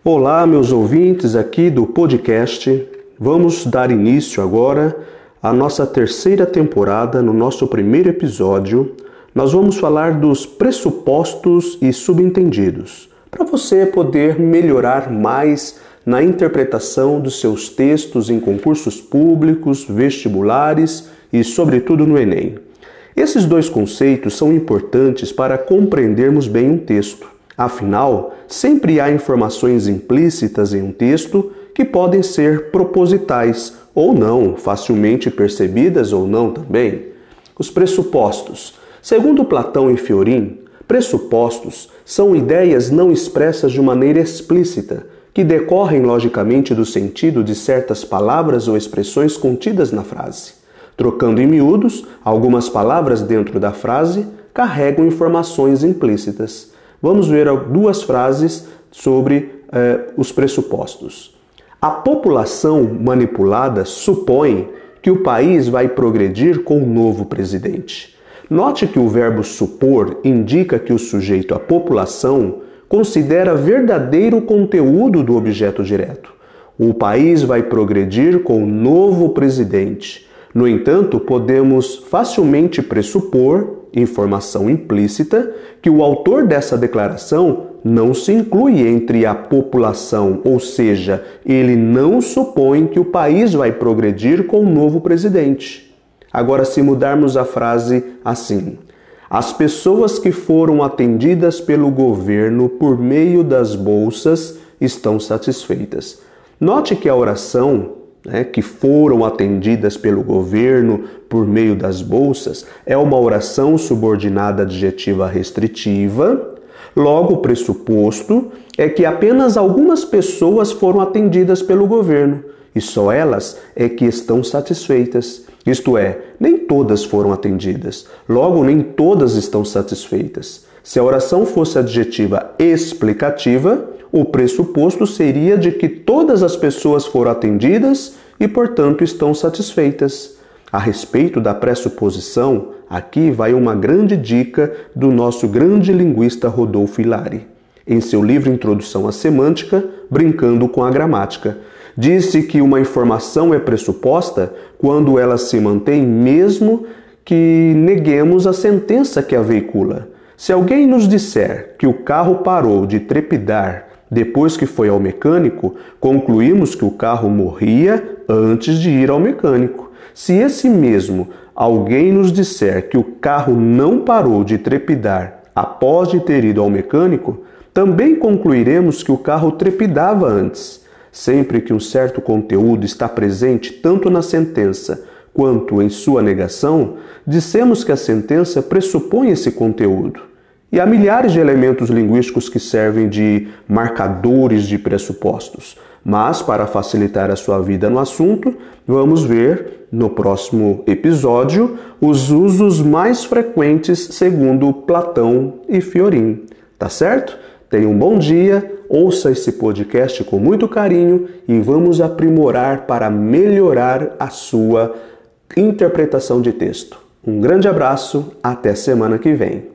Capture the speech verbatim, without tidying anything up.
Olá, meus ouvintes aqui do podcast. Vamos dar início agora à nossa terceira temporada. No nosso primeiro episódio, nós vamos falar dos pressupostos e subentendidos, para você poder melhorar mais na interpretação dos seus textos em concursos públicos, vestibulares e, sobretudo, no Enem. Esses dois conceitos são importantes para compreendermos bem um texto. Afinal, sempre há informações implícitas em um texto que podem ser propositais ou não, facilmente percebidas ou não também. Os pressupostos. Segundo Platão e Fiorin, pressupostos são ideias não expressas de maneira explícita, que decorrem logicamente do sentido de certas palavras ou expressões contidas na frase. Trocando em miúdos, algumas palavras dentro da frase carregam informações implícitas. Vamos ver duas frases sobre eh, os pressupostos. A população manipulada supõe que o país vai progredir com o novo presidente. Note que o verbo supor indica que o sujeito, a população, considera verdadeiro conteúdo do objeto direto. O país vai progredir com o novo presidente. No entanto, podemos facilmente pressupor, informação implícita, que o autor dessa declaração não se inclui entre a população, ou seja, ele não supõe que o país vai progredir com o novo presidente. Agora, se mudarmos a frase assim: as pessoas que foram atendidas pelo governo por meio das bolsas estão satisfeitas. Note que a oração, né, que foram atendidas pelo governo por meio das bolsas, é uma oração subordinada adjetiva restritiva. Logo, o pressuposto é que apenas algumas pessoas foram atendidas pelo governo e só elas é que estão satisfeitas. Isto é, nem todas foram atendidas, logo nem todas estão satisfeitas. Se a oração fosse adjetiva explicativa, o pressuposto seria de que todas as pessoas foram atendidas e, portanto, estão satisfeitas. A respeito da pressuposição, aqui vai uma grande dica do nosso grande linguista Rodolfo Hilary. Em seu livro Introdução à Semântica, Brincando com a Gramática, disse que uma informação é pressuposta quando ela se mantém mesmo que neguemos a sentença que a veicula. Se alguém nos disser que o carro parou de trepidar depois que foi ao mecânico, concluímos que o carro morria antes de ir ao mecânico. Se esse mesmo alguém nos disser que o carro não parou de trepidar após de ter ido ao mecânico, também concluiremos que o carro trepidava antes. Sempre que um certo conteúdo está presente tanto na sentença quanto em sua negação, dissemos que a sentença pressupõe esse conteúdo. E há milhares de elementos linguísticos que servem de marcadores de pressupostos. Mas, para facilitar a sua vida no assunto, vamos ver no próximo episódio os usos mais frequentes segundo Platão e Fiorin. Tá certo? Tenha um bom dia, ouça esse podcast com muito carinho e vamos aprimorar para melhorar a sua interpretação de texto. Um grande abraço, até semana que vem.